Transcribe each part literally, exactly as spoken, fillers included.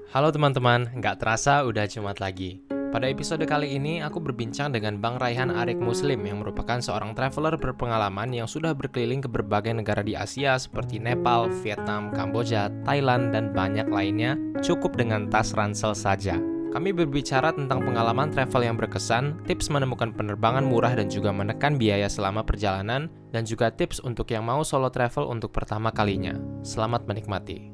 Halo teman-teman, nggak terasa udah Jumat lagi. Pada episode kali ini, aku berbincang dengan Bang Raihan Arik Muslim yang merupakan seorang traveler berpengalaman yang sudah berkeliling ke berbagai negara di Asia seperti Nepal, Vietnam, Kamboja, Thailand, dan banyak lainnya, cukup dengan tas ransel saja. Kami berbicara tentang pengalaman travel yang berkesan, tips menemukan penerbangan murah dan juga menekan biaya selama perjalanan, dan juga tips untuk yang mau solo travel untuk pertama kalinya. Selamat menikmati.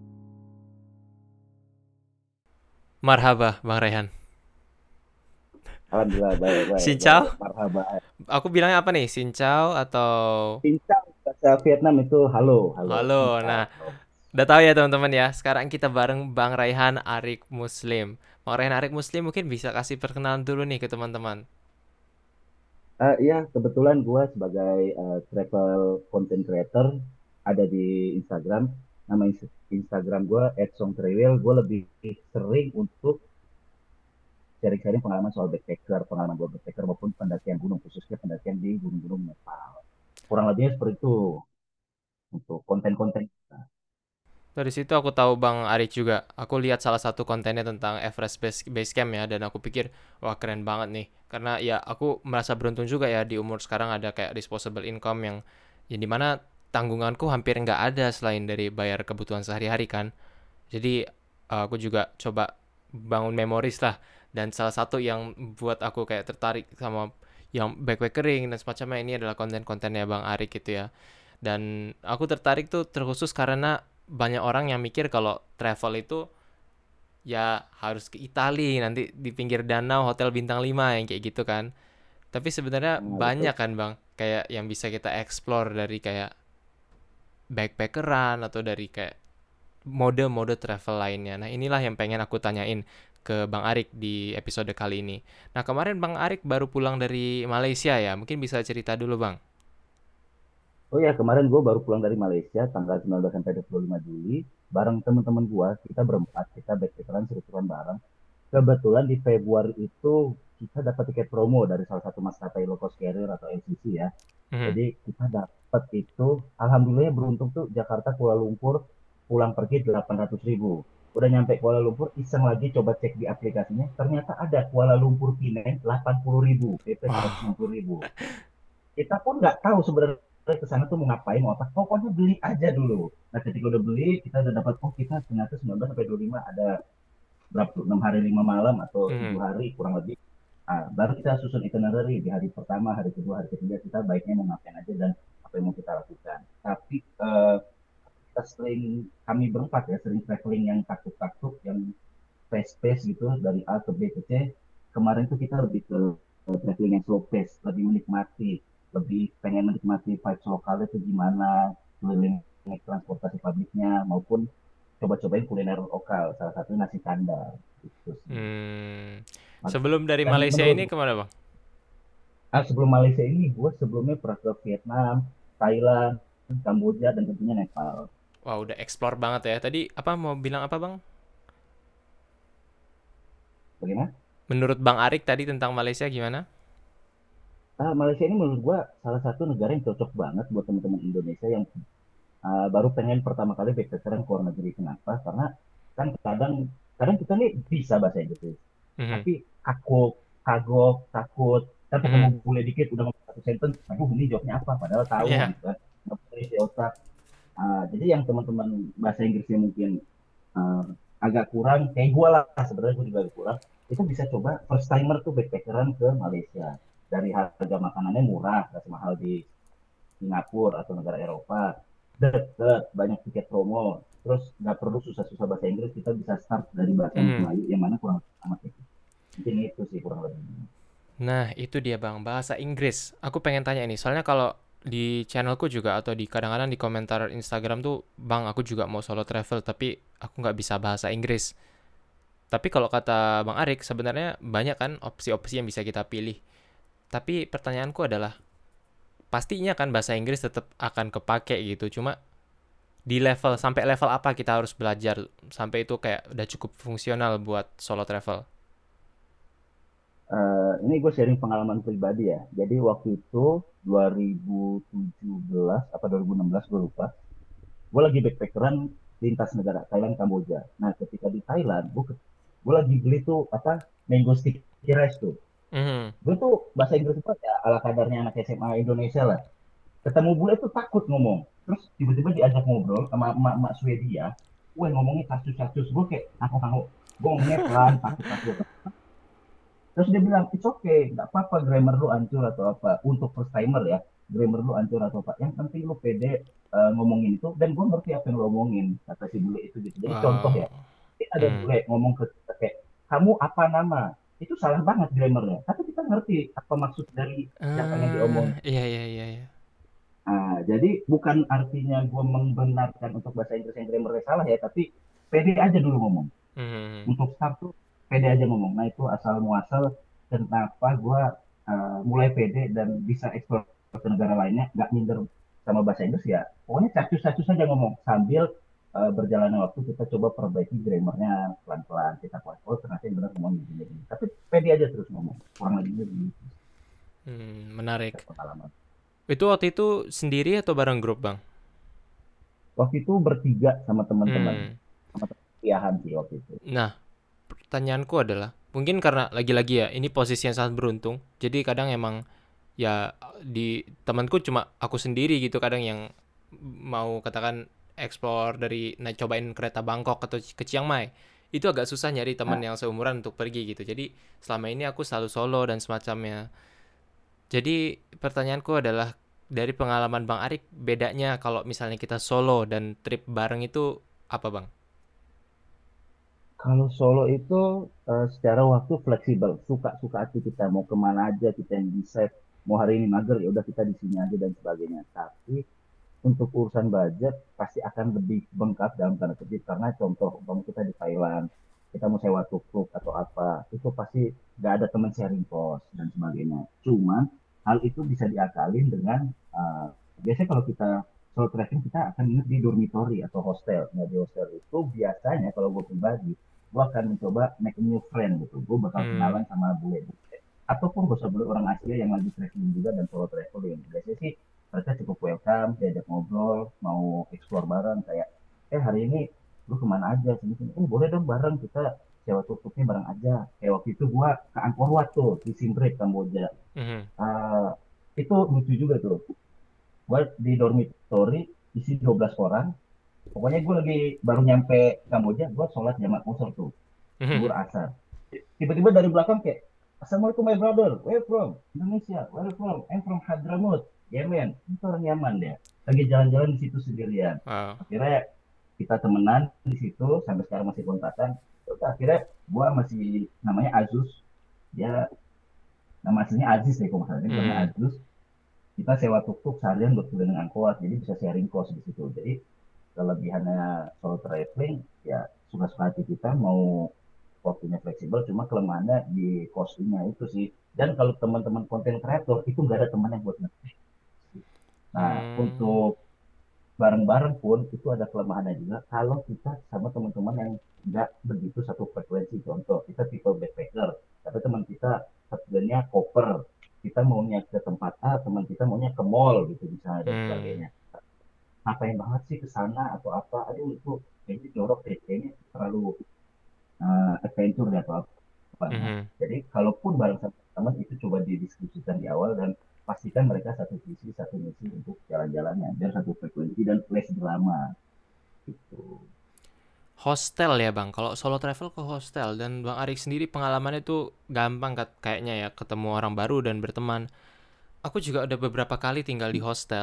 Marhaba, Bang Raihan. Alhamdulillah baik baik baik. Sincao? Marhaba. Aku bilangnya apa nih? Sincao atau Cincang bahasa Vietnam itu halo, halo, halo? cincang. Nah, udah tahu ya teman-teman ya. Sekarang kita bareng Bang Raihan Arik Muslim. Bang Raihan Arik Muslim mungkin bisa kasih perkenalan dulu nih ke teman-teman. Eh iya, kebetulan gua sebagai eh, travel content creator ada di Instagram. Nama ins- Instagram gua at @songtravel. Gua lebih sering untuk sharing-sharing pengalaman soal backpacker, pengalaman gua backpacker maupun pendakian gunung, khususnya pendakian di gunung-gunung Nepal. Kurang lebihnya seperti itu untuk konten-konten. Dari situ aku tahu Bang Arik juga. Aku lihat salah satu kontennya tentang Everest Base, Base Camp ya, dan aku pikir wah keren banget nih. Karena ya aku merasa beruntung juga ya di umur sekarang ada kayak disposable income yang yang dimana tanggunganku hampir nggak ada selain dari bayar kebutuhan sehari-hari kan. Jadi uh, aku juga coba bangun memoris lah, dan salah satu yang buat aku kayak tertarik sama yang backpackering dan semacamnya ini adalah konten-kontennya Bang Arik gitu ya. Dan aku tertarik tuh terkhusus karena banyak orang yang mikir kalau travel itu ya harus ke Italia nanti di pinggir danau hotel bintang lima yang kayak gitu kan. Tapi sebenarnya Nah, betul. banyak kan Bang kayak yang bisa kita explore dari kayak backpackeran atau dari kayak mode-mode travel lainnya. Nah, inilah yang pengen aku tanyain ke Bang Arik di episode kali ini. Nah, kemarin Bang Arik baru pulang dari Malaysia ya. Mungkin bisa cerita dulu, Bang. Oh ya, kemarin gue baru pulang dari Malaysia tanggal sembilan belas sampai dua puluh lima Juli. Bareng teman-teman gue, kita berempat, kita backpackeran seru-seruan bareng. Kebetulan di Februari itu kita dapat tiket promo dari salah satu maskapai low cost carrier atau L C C ya. Mhm. Jadi kita dapat itu, alhamdulillah beruntung tuh Jakarta Kuala Lumpur pulang pergi delapan ratus ribu. Udah nyampe Kuala Lumpur, iseng lagi coba cek di aplikasinya, ternyata ada Kuala Lumpur Pinang delapan puluh ribu, P P Wow. enam puluh ribu. Kita pun nggak tahu sebenarnya ke sana tuh mau ngapain, mau apa. Pokoknya beli aja dulu. Nah, ketika udah beli, kita udah dapat, oh kita ternyata sembilan belas sampai dua puluh lima ada berapa tuh, enam hari lima malam atau tujuh Mhm. hari kurang lebih. Nah, baru kita susun itinerary di hari pertama, hari kedua, hari ketiga kita baiknya mau ngapain aja dan apa yang mau kita lakukan. Tapi eh, kita sering, kami berempat ya, sering traveling yang taktuk-taktuk, yang pace-pace gitu dari A ke B ke C. Kemarin tuh kita lebih ke eh, traveling yang slow pace, lebih menikmati, lebih pengen menikmati vibes lokalnya itu gimana, keliling naik transportasi publiknya maupun coba-cobain kuliner lokal, salah satunya nasi kandar gitu sih. Hmm. Sebelum dari Dan Malaysia menurut ini kemana, Bang? ah, sebelum Malaysia ini, gue sebelumnya pernah ke Vietnam, Thailand, Kamboja, dan tentunya Nepal. Wah, udah explore banget ya. Tadi apa mau bilang apa, Bang? Bagaimana? Menurut Bang Arik tadi tentang Malaysia gimana? Ah, Malaysia ini menurut gue salah satu negara yang cocok banget buat teman-teman Indonesia yang ah, baru pengen pertama kali backpackeran ke luar negeri. Kenapa? Karena kan kadang kadang kita nih bisa bahasa Inggris, Mhm. tapi kagok, kagok, takut. Tapi ketemu Mhm. bule dikit udah ngomong satu sentence, aduh ini jawabnya apa? Padahal tahu Iya. gitu kan. Nggak bisa isi otak. Ah, jadi yang teman-teman bahasa Inggrisnya mungkin eh, agak kurang, kayak gue lah sebenarnya gue juga agak kurang, itu bisa coba first timer tuh backpackeran ke Malaysia. Dari harga makanannya murah, gak semahal di Singapura atau negara Eropa, deket, banyak tiket promo, terus nggak perlu susah-susah bahasa Inggris, kita bisa start dari bahasa Mhm. Melayu yang mana kurang sama itu. Mungkin itu sih kurang lebih. Nah, itu dia Bang, bahasa Inggris. Aku pengen tanya ini, soalnya kalau di channelku juga atau di kadang-kadang di komentar Instagram tuh, Bang, aku juga mau solo travel, tapi aku nggak bisa bahasa Inggris. Tapi kalau kata Bang Arik, sebenarnya banyak kan opsi-opsi yang bisa kita pilih. Tapi pertanyaanku adalah, pastinya kan bahasa Inggris tetap akan kepake gitu. Cuma di level, sampai level apa kita harus belajar, sampai itu kayak udah cukup fungsional buat solo travel. Eh, ini gue sharing pengalaman pribadi ya. Jadi waktu itu dua ribu tujuh belas apa dua ribu enam belas gue lupa. Gue lagi backpackeran lintas negara Thailand Kamboja. Nah ketika di Thailand gue gue lagi beli tuh apa mango sticky rice tuh. Mhm. Gue tuh bahasa Inggris itu ya ala kadarnya anak S M A Indonesia lah. Ketemu bule tuh takut ngomong. Terus tiba-tiba diajak ngobrol sama emak-emak Swedia. Gue ngomongnya kasus-kasus. Gue kayak aku-aku. Gue ngomongnya pelan, takut-takut. Terus dia bilang, it's okay, nggak apa-apa grammar lu hancur atau apa. Untuk first timer ya, grammar lu hancur atau apa. Yang penting lu pede uh, ngomongin itu, dan gue ngerti apa yang lu ngomongin, kata si bule itu gitu. Jadi contoh ya, Wow. ini ada Mhm. bule ngomong ke kita kayak, kamu apa nama? Itu salah banget grammarnya. Tapi kita ngerti apa maksud dari yang pengen Ah, diomongin. iya iya iya iya. Nah, jadi bukan artinya gue membenarkan untuk bahasa Inggris yang grammarnya salah ya, tapi pede aja dulu ngomong. Mhm. Untuk start tuh pede aja ngomong. Nah itu asal muasal kenapa gue uh, mulai pede dan bisa eksplor ke negara lainnya, nggak minder sama bahasa Inggris ya. Pokoknya cacus-cacus saja ngomong sambil uh, berjalannya waktu kita coba perbaiki grammarnya pelan-pelan. Kita kuat, oh ternyata yang benar ngomong begini. Tapi pede aja terus ngomong. Kurang lebih begitu Hmm, menarik. pengalaman. Itu waktu itu sendiri atau bareng grup, Bang? Waktu itu bertiga sama teman-teman. Hmm. Sama teman kuliahan sih waktu itu. Nah, pertanyaanku adalah, mungkin karena lagi-lagi ya, ini posisi yang sangat beruntung. Jadi kadang emang ya di temanku cuma aku sendiri gitu kadang yang mau katakan explore dari naik cobain kereta Bangkok atau ke Chiang Mai. Itu agak susah nyari teman Nah, yang seumuran untuk pergi gitu. Jadi selama ini aku selalu solo dan semacamnya. Jadi pertanyaanku adalah dari pengalaman Bang Arik bedanya kalau misalnya kita solo dan trip bareng itu apa Bang? kalau solo itu eh, secara waktu fleksibel, suka-suka hati kita mau kemana aja kita yang decide. Mau hari ini mager ya udah kita di sini aja dan sebagainya. Tapi untuk urusan budget pasti akan lebih bengkak dalam tanda kutip karena contoh umpama kita di Thailand, kita mau sewa tuk-tuk atau apa, itu pasti nggak ada teman sharing cost dan sebagainya. Cuman hal itu bisa diakalin dengan eh, biasanya kalau kita solo traveling kita akan nginep di dormitory atau hostel. Nah di hostel itu biasanya kalau gue pribadi gue akan mencoba make a new friend gitu. Gue bakal Hmm. kenalan sama bule-bule ataupun gak usah bule orang Asia yang lagi traveling juga dan solo traveling. Biasanya sih mereka cukup welcome, diajak ngobrol, mau explore bareng kayak, eh hari ini lu kemana aja sini sini, eh boleh dong bareng kita sewa tuk-tuknya bareng aja. Kayak waktu itu gua ke Angkor Wat tuh di Siem Reap Kamboja. Mhm. Ah, itu lucu juga tuh. Gua di dormitory isi dua belas orang. Pokoknya gue lagi baru nyampe Kamboja, gue sholat jamak kosor tuh, Mhm. zuhur asar. Tiba-tiba dari belakang kayak, Assalamualaikum my brother, where from? Indonesia, where from? I'm from Hadramaut, Yemen. Itu orang Yaman dia. Lagi jalan-jalan di situ sendirian. Wow. Akhirnya kita temenan di situ sampai sekarang masih kontakkan. Terus akhirnya gua masih namanya Azus, dia nama aslinya Aziz deh kalau misalnya bilangnya Hmm. Azus. Kita sewa tuk-tuk seharian buat keliling angkot, jadi bisa sharing cost di situ. Jadi kelebihannya solo traveling ya suka-suka hati kita mau waktunya fleksibel, cuma kelemahannya di costingnya itu sih. Dan kalau teman-teman konten kreator itu nggak ada teman yang buat nge- Nah Hmm. untuk bareng-bareng pun itu ada kelemahannya juga kalau kita sama teman-teman yang nggak begitu satu frekuensi. Contoh kita tipe backpacker tapi teman kita tujuannya koper, kita maunya ke tempat A, teman kita maunya ke mall gitu misalnya dan Hmm. sebagainya. Ngapain banget sih ke sana atau apa, aduh itu kayaknya jorok deh, kayaknya terlalu uh, adventure ya atau apa. Nah, Mhm. jadi kalaupun bareng sama teman itu coba didiskusikan di awal dan pastikan mereka satu visi satu misi untuk jalan-jalannya biar satu frekuensi dan less drama gitu. Hostel ya Bang, kalau solo travel ke hostel dan Bang Arik sendiri pengalamannya tuh gampang kat- kayaknya ya ketemu orang baru dan berteman. Aku juga udah beberapa kali tinggal di hostel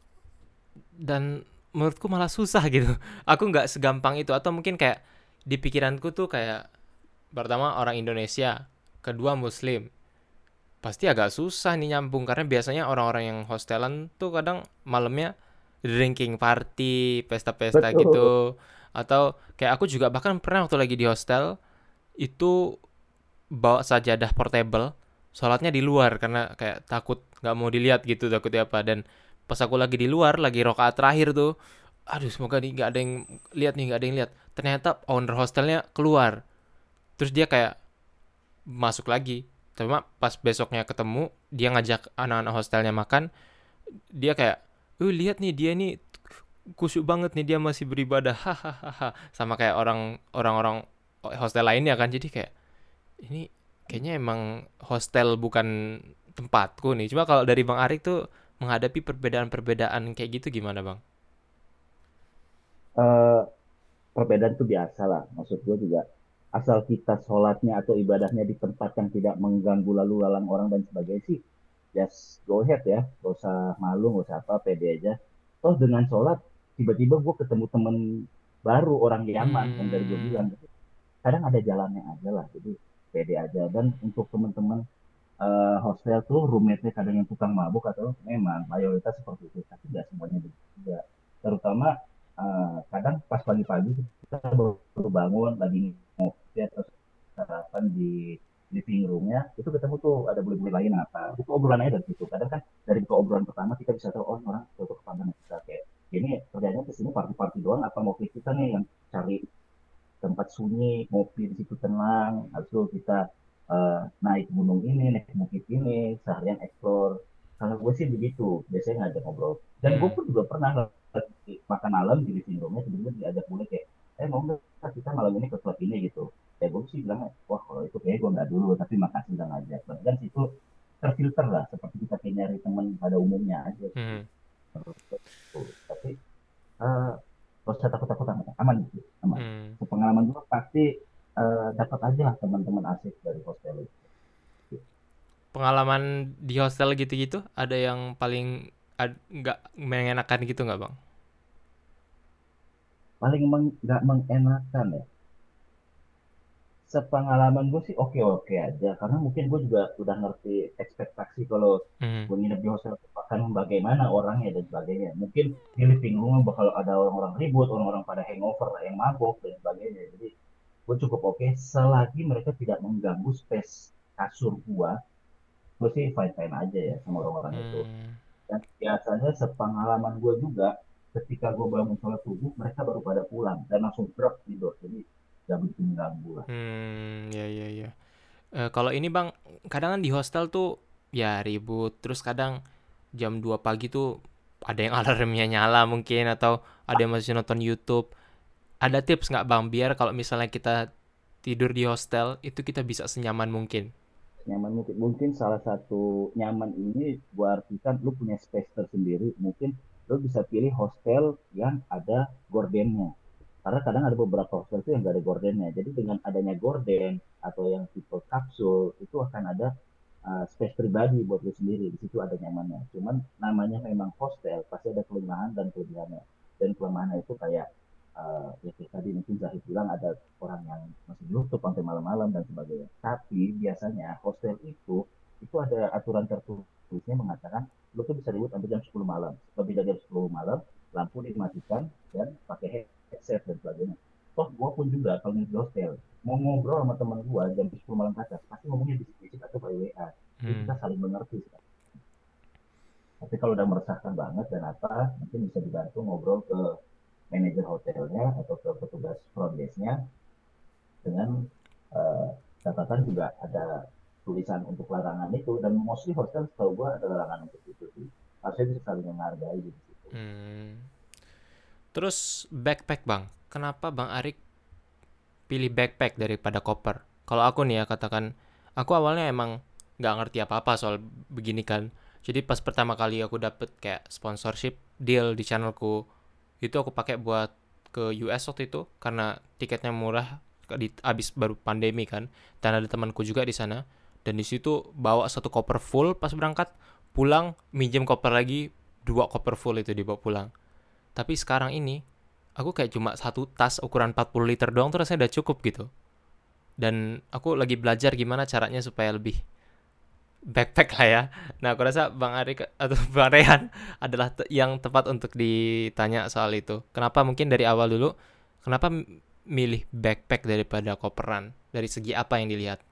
dan menurutku malah susah gitu. Aku nggak segampang itu atau mungkin kayak di pikiranku tuh kayak pertama orang Indonesia, kedua Muslim. Pasti agak susah nih nyambung karena biasanya orang-orang yang hostelan tuh kadang malamnya drinking party, pesta-pesta Betul. gitu. Atau kayak aku juga bahkan pernah waktu lagi di hostel itu bawa sajadah portable, sholatnya di luar karena kayak takut nggak mau dilihat gitu takutnya apa dan pas aku lagi di luar lagi rokaat terakhir tuh, aduh semoga nih nggak ada yang lihat nih nggak ada yang lihat, ternyata owner hostelnya keluar terus dia kayak masuk lagi, cuma pas besoknya ketemu dia ngajak anak-anak hostelnya makan, dia kayak, uh lihat nih dia nih khusyuk banget nih dia masih beribadah, hahaha, sama kayak orang orang-orang hostel lainnya kan. Jadi kayak ini kayaknya emang hostel bukan tempatku nih. Cuma kalau dari Bang Arik tuh menghadapi perbedaan-perbedaan kayak gitu gimana Bang? Eh, Perbedaan itu biasa lah. Maksud gue juga asal kita sholatnya atau ibadahnya di tempat yang tidak mengganggu lalu lalang orang dan sebagainya sih, just go ahead ya, gak usah malu, gak usah apa, pede aja. Toh dengan sholat tiba-tiba gue ketemu temen baru orang Yaman yang dari gue Hmm, bilang, kadang ada jalannya aja lah, jadi pede aja. Dan untuk teman-teman eh, hostel tuh roommate-nya kadang yang tukang mabuk atau memang mayoritas seperti itu, tapi nggak semuanya begitu juga. Terutama eh, kadang pas pagi-pagi kita baru bangun lagi ngopi atau sarapan di living roomnya, itu ketemu tuh ada bule-bule lain apa, itu obrolan aja dari situ. Kadang kan dari buka obrolan pertama kita bisa tahu, oh ini orang cocok ke pandangan kita, kayak ini kerjanya kesini party-party doang apa mau kita nih yang cari tempat sunyi, ngopi di situ tenang, habis itu kita eh, naik gunung ini, naik bukit ini, seharian explore. Kalau gue sih begitu, biasanya ngajak ngobrol. Dan gue hmm, pun juga pernah lagi makan malam di living roomnya, tiba-tiba diajak boleh kayak, eh mau nggak kita malam ini ke klub ini gitu. Ya gue sih bilang, wah kalau itu kayak gue nggak dulu, tapi makasih udah ngajak. Dan situ terfilter lah, seperti kita kayak nyari teman pada umumnya aja sih. hmm, Menurut gue gitu. Tapi eh gak usah takut-takut, aman aman gitu, aman. hmm. Sepengalaman gue pasti eh, dapat aja lah teman-teman asik dari hostel itu. Pengalaman di hostel gitu-gitu ada yang paling ad- nggak mengenakan gitu nggak Bang? Paling meng- nggak mengenakan ya, sepengalaman gue sih oke-oke aja, karena mungkin gue juga udah ngerti ekspektasi kalau Hmm, gue nginep di hostel akan bagaimana orangnya dan sebagainya. Mungkin di living room bakal ada orang-orang ribut, orang-orang pada hangover, yang mabok dan sebagainya. Jadi gue cukup oke selagi mereka tidak mengganggu space kasur gue. Gue sih fine fine aja ya sama orang-orang itu. hmm, Dan biasanya sepengalaman gue juga, ketika gue bangun sholat subuh mereka baru pada pulang dan langsung drop tidur, jadi gak bikin ganggu lah. hmm, ya ya ya. Eh, kalau ini Bang, kadang kan di hostel tuh ya ribut, terus kadang jam dua pagi tuh ada yang alarmnya nyala mungkin atau ada yang masih nonton YouTube. Ada tips nggak Bang biar kalau misalnya kita tidur di hostel itu kita bisa senyaman mungkin? Nyaman mungkin, mungkin salah satu nyaman ini gue artikan lu punya space tersendiri. Mungkin lu bisa pilih hostel yang ada gordennya, karena kadang ada beberapa hostel tuh yang gak ada gordennya. Jadi dengan adanya gorden atau yang tipe kapsul itu akan ada uh, space pribadi buat lu sendiri. Di situ ada nyamannya. Cuman namanya memang hostel, pasti ada kelemahan dan kelebihannya. Dan kelemahannya itu kayak uh, ya kayak tadi mungkin Zahid bilang ada orang yang masih nutup sampai malam-malam dan sebagainya. Tapi biasanya hostel itu itu ada aturan tertulisnya mengatakan lu tuh bisa ribut sampai jam sepuluh malam. Lebih dari jam sepuluh malam, lampu dimatikan dan pakai headset dan sebagainya. Toh gue pun juga kalau di hostel mau ngobrol sama teman gue jam sepuluh malam ke atas, pasti ngomongnya bisik-bisik atau by W A. Jadi kita Hmm, saling mengerti. Tapi kalau udah meresahkan banget dan apa, mungkin bisa dibantu ngobrol ke manajer hotelnya atau ke petugas front desk-nya dengan uh, catatan juga ada tulisan untuk larangan itu. Dan mostly hostel setahu gue ada larangan untuk itu sih. Harusnya bisa saling menghargai di situ. hmm. Terus backpack Bang, kenapa Bang Arik pilih backpack daripada koper? Kalau aku nih ya katakan, aku awalnya emang nggak ngerti apa-apa soal begini kan. Jadi pas pertama kali aku dapet kayak sponsorship deal di channelku, itu aku pakai buat ke U S waktu itu karena tiketnya murah di abis baru pandemi kan, dan ada temanku juga di sana, dan di situ bawa satu koper full pas berangkat, pulang minjem koper lagi dua koper full itu dibawa pulang. Tapi sekarang ini aku kayak cuma satu tas ukuran empat puluh liter doang tuh rasanya udah cukup gitu. Dan aku lagi belajar gimana caranya supaya lebih backpack lah ya. Nah, aku rasa Bang Arik atau Bang Rehan adalah te- yang tepat untuk ditanya soal itu. Kenapa mungkin dari awal dulu, kenapa milih backpack daripada koperan? Dari segi apa yang dilihat?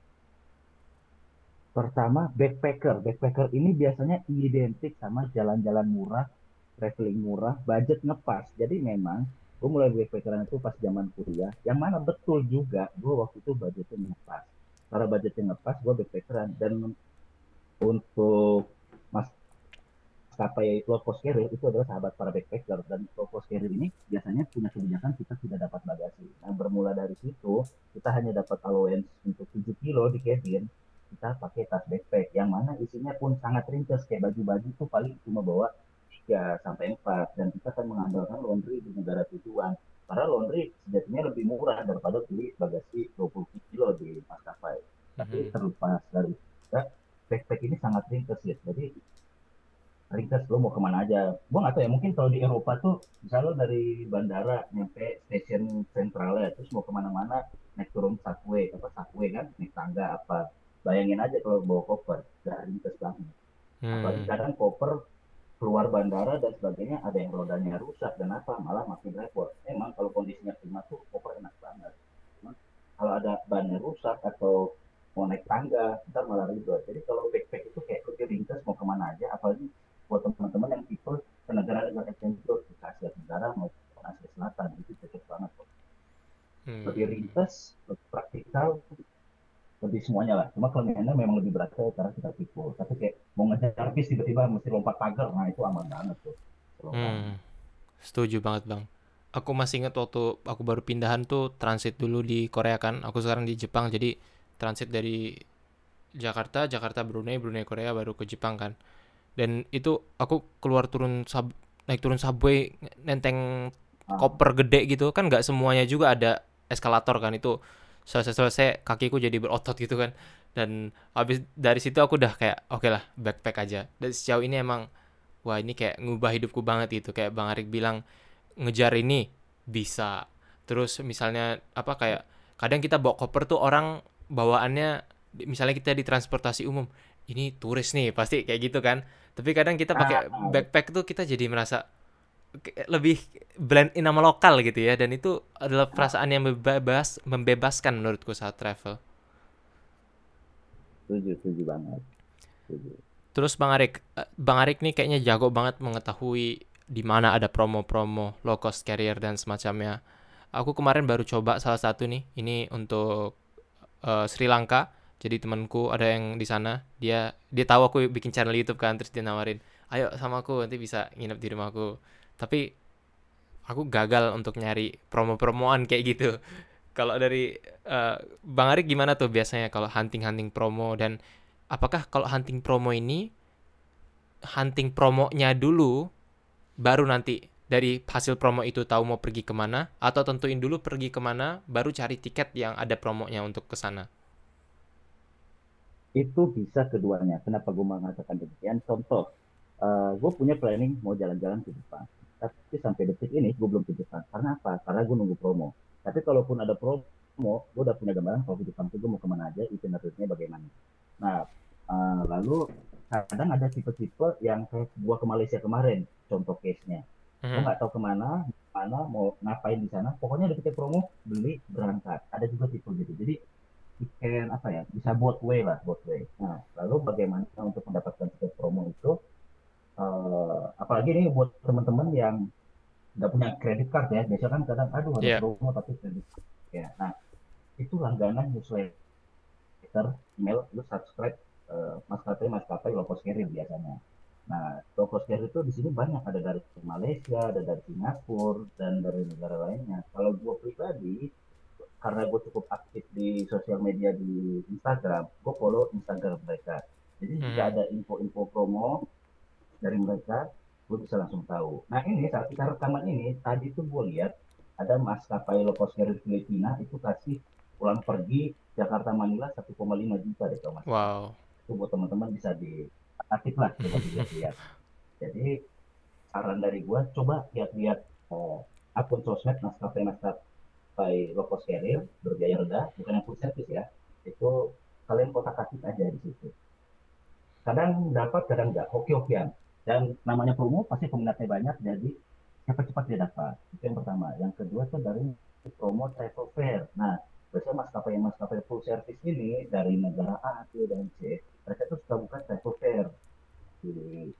Pertama, backpacker. Backpacker ini biasanya identik sama jalan-jalan murah, traveling murah, budget ngepas. Jadi memang gue mulai backpackeran itu pas zaman kuliah, yang mana betul juga gue waktu itu budgetnya ngepas. Karena budgetnya ngepas, gue backpackeran. Dan untuk masalah maskapai low cost carrier itu adalah sahabat para backpacker, dan low cost carrier ini biasanya punya kebijakan kita tidak dapat bagasi. Nah, bermula dari situ kita hanya dapat allowance untuk tujuh kilo di cabin, kita pakai tas backpack yang mana isinya pun sangat ringkas, kayak baju-baju tuh paling cuma bawa tiga sampai empat, dan kita kan mengandalkan laundry di negara tujuan. Karena laundry sejatinya lebih murah daripada beli bagasi dua puluh kilo di maskapai. Tapi Mhm. terlepas dari itu, backpack ini sangat ringkas ya. Jadi ringkas lo mau kemana aja. Gue nggak tahu ya, mungkin kalau di Eropa tuh misalnya dari bandara nyampe stasiun sentralnya terus mau kemana-mana naik turun subway, apa subway kan, naik tangga apa. Bayangin aja kalau bawa koper, gak ringkas banget. Apalagi Hmm. kadang koper keluar bandara dan sebagainya ada yang rodanya rusak dan apa, malah makin repot. Emang kalau kondisinya prima tuh koper enak banget. Cuman kalau ada bannya rusak atau mau naik tangga ntar malah ribet. Jadi kalau backpack itu kayak lebih ringkas mau kemana aja, apalagi buat teman-teman yang tipe ke negara-negara adventure, ke Asia Tenggara maupun Asia Selatan, itu cocok banget kok. Lebih Hmm. ringkas, lebih praktikal, lebih semuanya lah. Cuma kelebihannya memang lebih berat ya, karena kita pikul. Tapi kayak mau ngejar bis tiba-tiba mesti lompat pagar, nah itu aman banget tuh. Slow banget. Hmm. Setuju banget bang. Aku masih ingat waktu aku baru pindahan tuh transit dulu di Korea kan. Aku sekarang di Jepang jadi transit dari Jakarta, Jakarta Brunei, Brunei Korea baru ke Jepang kan. Dan itu aku keluar turun sub, naik turun subway nenteng Ah, koper gede gitu kan nggak semuanya juga ada eskalator kan itu selesai selesai kakiku jadi berotot gitu kan dan habis dari situ aku udah kayak oke okay lah backpack aja dan sejauh ini emang wah ini kayak ngubah hidupku banget gitu kayak Bang Arik bilang ngejar ini bisa terus misalnya apa kayak kadang kita bawa koper tuh orang bawaannya misalnya kita di transportasi umum ini turis nih pasti kayak gitu kan tapi kadang kita ah, pakai ah, backpack tuh kita jadi merasa lebih blend in sama lokal gitu ya dan itu adalah ah, perasaan yang membebas membebaskan menurutku saat travel. setuju, setuju banget. Setuju. Terus Bang Arik, eh, Bang Arik nih kayaknya jago banget mengetahui di mana ada promo-promo low cost carrier dan semacamnya. Aku kemarin baru coba salah satu nih, ini untuk eh, Sri Lanka. Jadi temanku ada yang di sana, dia dia tahu aku bikin channel YouTube kan, terus dia nawarin, ayo sama aku nanti bisa nginep di rumahku. Tapi aku gagal untuk nyari promo-promoan kayak gitu. Kalau dari eh, Bang Arik gimana tuh biasanya kalau hunting-hunting promo dan apakah kalau hunting promo ini hunting promonya dulu baru nanti dari hasil promo itu tahu mau pergi kemana atau tentuin dulu pergi kemana baru cari tiket yang ada promonya untuk ke sana. Itu bisa keduanya. Kenapa gue mengatakan demikian? Contoh, uh, gue punya planning mau jalan-jalan ke Jepang. Tapi sampai detik ini gue belum ke Jepang. Karena apa? Karena gue nunggu promo. Tapi kalaupun ada promo, gue udah punya gambaran kalau ke Jepang itu gue mau kemana aja, itinerary-nya bagaimana. Nah, uh, lalu kadang ada tipe-tipe yang kayak gue ke Malaysia kemarin, contoh case-nya. Gue Mhm. nggak tahu kemana, mana mau ngapain di sana. Pokoknya ada tiket promo, beli berangkat. Ada juga tipe gitu. Jadi tiket apa ya, bisa both way lah, both way. Nah, lalu bagaimana untuk mendapatkan tiket promo itu, eh, apalagi ini buat teman-teman yang nggak punya kredit card ya, biasanya kan kadang aduh ada Iya. promo tapi kredit card ya. Nah, itu langganan newsletter email, lu subscribe eh, maskapai maskapai low cost carrier biasanya. Nah, low cost carrier itu di sini banyak, ada dari Malaysia, ada dari Singapura, dan dari negara lainnya. Kalau gue pribadi, karena gue cukup aktif di sosial media di Instagram, gue follow Instagram mereka. Jadi jika Mhm. ada info-info promo dari mereka, gue bisa langsung tahu. Nah ini saat kita rekaman ini, tadi tuh gue lihat ada maskapai low cost carrier Filipina itu kasih pulang pergi Jakarta Manila satu koma lima juta deh kalau nggak salah. Wow. Itu buat teman-teman bisa di aktif lah, coba dilihat-lihat. Jadi saran dari gue, coba lihat-lihat eh, akun sosmed maskapai-maskapai low cost carrier berbiaya rendah, bukan yang full service ya. Itu kalian kotak-katik aja di situ. Kadang dapat, kadang enggak. Hoki-hokian. Dan namanya promo pasti peminatnya banyak, jadi cepat-cepat dia dapat. Itu yang pertama. Yang kedua itu dari promo travel fair. Nah, biasanya maskapai maskapai full service ini dari negara A, B, dan C, mereka tuh suka buka travel fair di,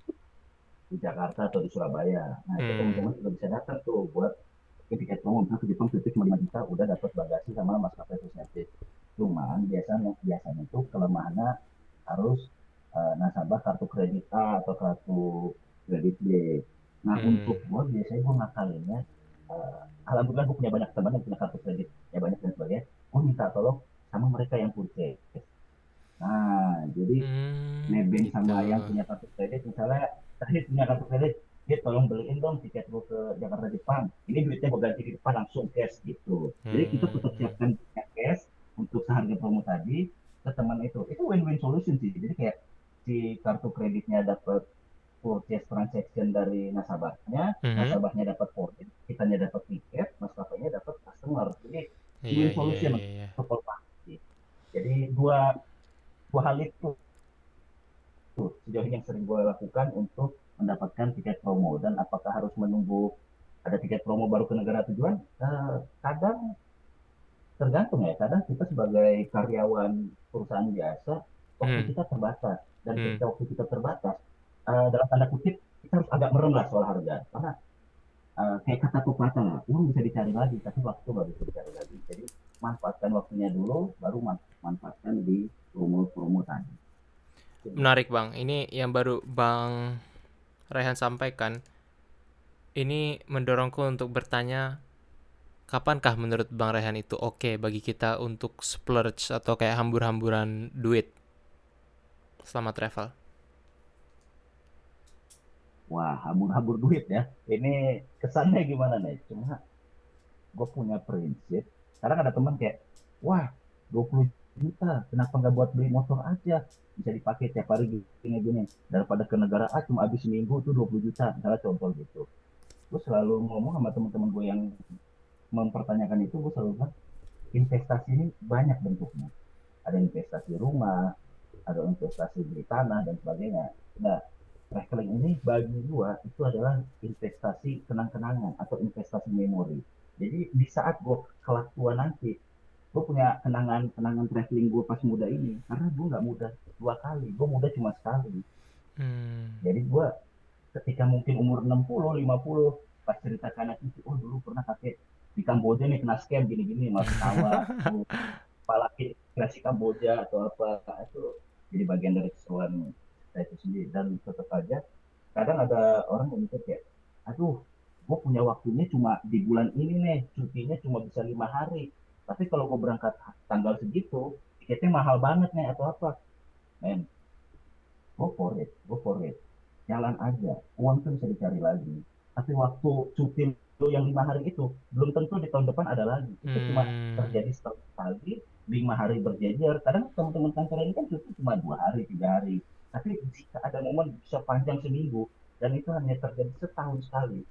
di Jakarta atau di Surabaya. Nah, itu Hmm. teman-teman juga bisa datang tuh buat tiket promo. Misalnya ke Jepang itu cuma lima juta, udah dapat bagasi sama maskapai full service. Cuman biasanya biasanya itu kelemahannya harus eh, nasabah kartu kredit A atau kartu kredit B. Nah Hmm. untuk gue biasanya gue ngakalinnya, eh, alhamdulillah gue punya banyak teman yang punya kartu kredit ya banyak dan sebagainya. Gue minta tolong sama mereka yang purchase. Nah jadi Hmm, nebeng gitu. sama yang punya kartu kredit, misalnya terakhir punya kartu kredit, dia tolong beliin dong tiket gue ke Jakarta Jepang, ini duitnya gue ganti di depan langsung cash gitu. Jadi kita tetap Hmm. siapkan cash untuk seharga promo tadi ke teman itu itu win-win solution sih. Jadi kayak si kartu kreditnya dapat purchase transaction dari nasabahnya, Mhm. nasabahnya dapat poin, kitanya dapat tiket, maskapainya dapat customer. Jadi Iya, win iya, solution iya, iya. untuk korporasi. Jadi dua dua hal itu sejauh ini yang sering gue lakukan untuk mendapatkan tiket promo. Dan apakah harus menunggu ada tiket promo baru ke negara tujuan? Eh, kadang tergantung ya. Kadang kita sebagai karyawan perusahaan biasa, waktu Hmm. kita terbatas. Dan Hmm. ketika waktu kita terbatas, eh, dalam tanda kutip, kita harus agak merem lah soal harga. Karena eh, kayak kata pepatah lah, uang bisa dicari lagi, tapi waktu nggak bisa dicari lagi. Jadi manfaatkan waktunya dulu, baru man- manfaatkan di promo-promo tadi. Menarik, Bang. Ini yang baru Bang Rehan sampaikan. Ini mendorongku untuk bertanya, kapankah menurut Bang Rehan itu oke bagi kita untuk splurge atau kayak hambur-hamburan duit selama travel? Wah, hambur-hambur duit ya. Ini kesannya gimana nih? Cuma gue punya prinsip. Sekarang ada teman kayak, wah, dua puluh juta, kenapa nggak buat beli motor aja? Bisa dipakai tiap hari gini-gini. Daripada ke negara A cuma habis seminggu tuh dua puluh juta. Misalnya contoh gitu. Gue selalu ngomong sama teman-teman gue yang mempertanyakan itu, gue selalu bilang, investasi ini banyak bentuknya. Ada investasi rumah, ada investasi beli tanah dan sebagainya. Nah, traveling ini bagi gua itu adalah investasi kenang-kenangan atau investasi memori. Jadi di saat gua kelak tua nanti, gua punya kenangan-kenangan traveling gua pas muda ini, karena gua nggak muda dua kali, gua muda cuma sekali. Hmm. Jadi gua ketika mungkin umur enam puluh, lima puluh, pas cerita ke anak itu, oh dulu pernah kakek di Kamboja nih kena scam gini-gini, malah ketawa. Oh, apalagi kreasi Kamboja atau apa, itu jadi bagian dari keseruan saya itu sendiri. Dan tetap aja kadang ada orang yang mikir kayak, aduh gue punya waktunya cuma di bulan ini nih, cutinya cuma bisa lima hari, tapi kalau gue berangkat tanggal segitu tiketnya mahal banget nih atau apa. Men, go for it, go for it, jalan aja, uang tuh bisa dicari lagi. Tapi waktu cuti lo yang lima hari itu belum tentu di tahun depan ada lagi, itu cuma Hmm. terjadi setahun sekali, lima hari berjejer. Kadang teman-teman kantor ini kan cuti cuma dua hari, tiga hari, tapi jika ada momen bisa panjang seminggu, dan itu hanya terjadi setahun sekali,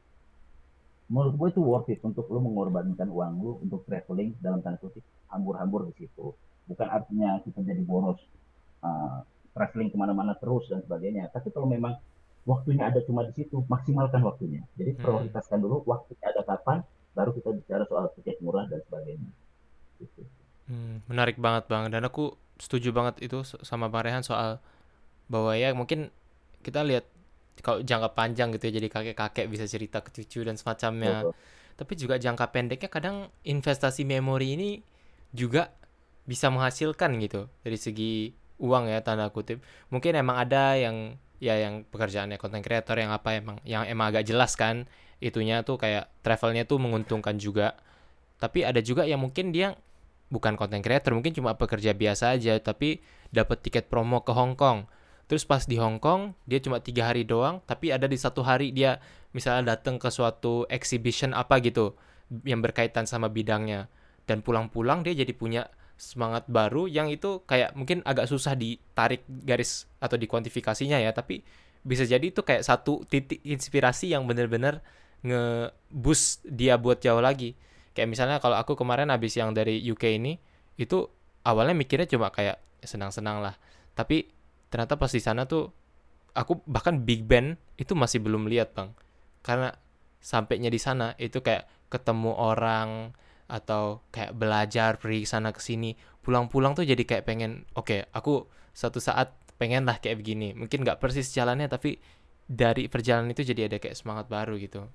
menurut gue itu worth it untuk lo mengorbankan uang lo untuk traveling dalam tanda kutip hambur-hambur di situ. Bukan artinya kita jadi boros, uh, traveling kemana-mana terus dan sebagainya. Tapi kalau memang waktunya ada cuma di situ, maksimalkan waktunya. Jadi Hmm. prioritaskan dulu waktunya ada kapan, baru kita bicara soal tiket murah dan sebagainya. Gitu. Hmm. Menarik banget, Bang. Dan aku setuju banget itu sama Bang Rehan soal bahwa ya mungkin kita lihat kalau jangka panjang gitu ya, jadi kakek-kakek bisa cerita ke cucu dan semacamnya. Betul. Tapi juga jangka pendeknya kadang investasi memori ini juga bisa menghasilkan gitu dari segi uang ya, tanda kutip. Mungkin emang ada yang ya yang pekerjaannya content creator yang apa emang yang emang agak jelas kan itunya tuh kayak travelnya tuh menguntungkan juga. Tapi ada juga yang mungkin dia bukan content creator, mungkin cuma pekerja biasa aja tapi dapat tiket promo ke Hong Kong. Terus pas di Hong Kong dia cuma tiga hari doang, tapi ada di satu hari dia misalnya datang ke suatu exhibition apa gitu yang berkaitan sama bidangnya, dan pulang-pulang dia jadi punya semangat baru yang itu kayak mungkin agak susah ditarik garis atau dikuantifikasinya ya, tapi bisa jadi itu kayak satu titik inspirasi yang bener-bener nge-boost dia buat jauh lagi. Kayak misalnya kalau aku kemarin habis yang dari U K ini, itu awalnya mikirnya cuma kayak senang-senang lah, tapi ternyata pas di sana tuh aku bahkan Big Ben itu masih belum lihat, Bang, karena sampainya di sana itu kayak ketemu orang atau kayak belajar pergi sana ke sini, pulang-pulang tuh jadi kayak pengen oke okay, aku satu saat pengen lah kayak begini, mungkin nggak persis jalannya tapi dari perjalanan itu jadi ada kayak semangat baru gitu.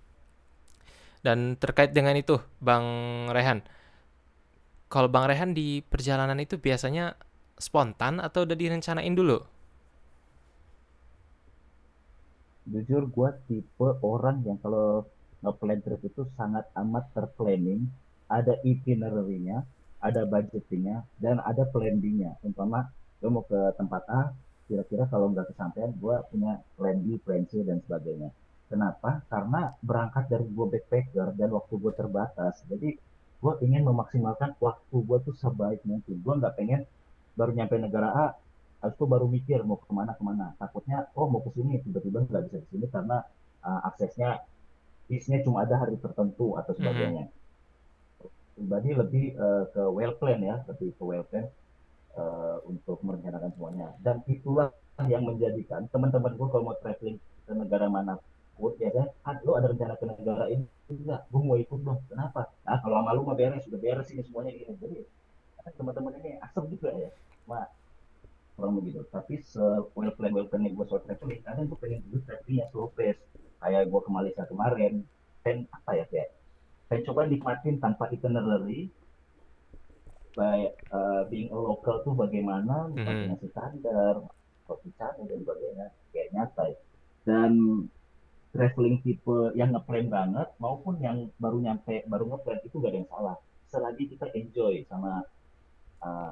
Dan terkait dengan itu Bang Rehan, kalau Bang Rehan di perjalanan itu biasanya spontan atau udah direncanain dulu? Jujur gue tipe orang yang kalau nge-plan trip itu sangat amat terplanning, ada itinerary-nya, ada budgetingnya, dan ada plan B-nya. Umpama gue mau ke tempat A, kira-kira kalau nggak kesampaian, gue punya plan B, plan C, dan sebagainya. Kenapa? Karena berangkat dari gue backpacker dan waktu gue terbatas. Jadi gue ingin memaksimalkan waktu gue tuh sebaik mungkin. Gue nggak pengen baru nyampe negara A, habis itu baru mikir mau kemana kemana. Takutnya, oh mau ke sini, tiba-tiba nggak bisa ke sini karena uh, aksesnya, bisnya cuma ada hari tertentu atau Mhm. sebagainya. Pribadi lebih uh, ke well plan ya, lebih ke well plan uh, untuk merencanakan semuanya. Dan itulah yang menjadikan teman-teman gue kalau mau traveling ke negara mana pun, ya kan, ah, lo ada rencana ke negara ini enggak, gue mau ikut dong. Kenapa? Nah, kalau sama lu mah beres, sudah beres ini semuanya gini. Jadi teman-teman ini asem juga ya. Wah, kurang begitu. Tapi se well plan well plan gue soal traveling, kadang gue pengen dulu travelingnya slow pace. Kayak gue ke Malaysia kemarin, kan apa ya, kayak saya coba nikmatin tanpa itinerary, by uh, being a local tuh bagaimana, nikmatin Mhm. nasi kandar, kopi cane dan sebagainya, kayak nyantai. Dan traveling tipe yang ngeplan banget maupun yang baru nyampe baru ngeplan itu gak ada yang salah, selagi kita enjoy sama uh,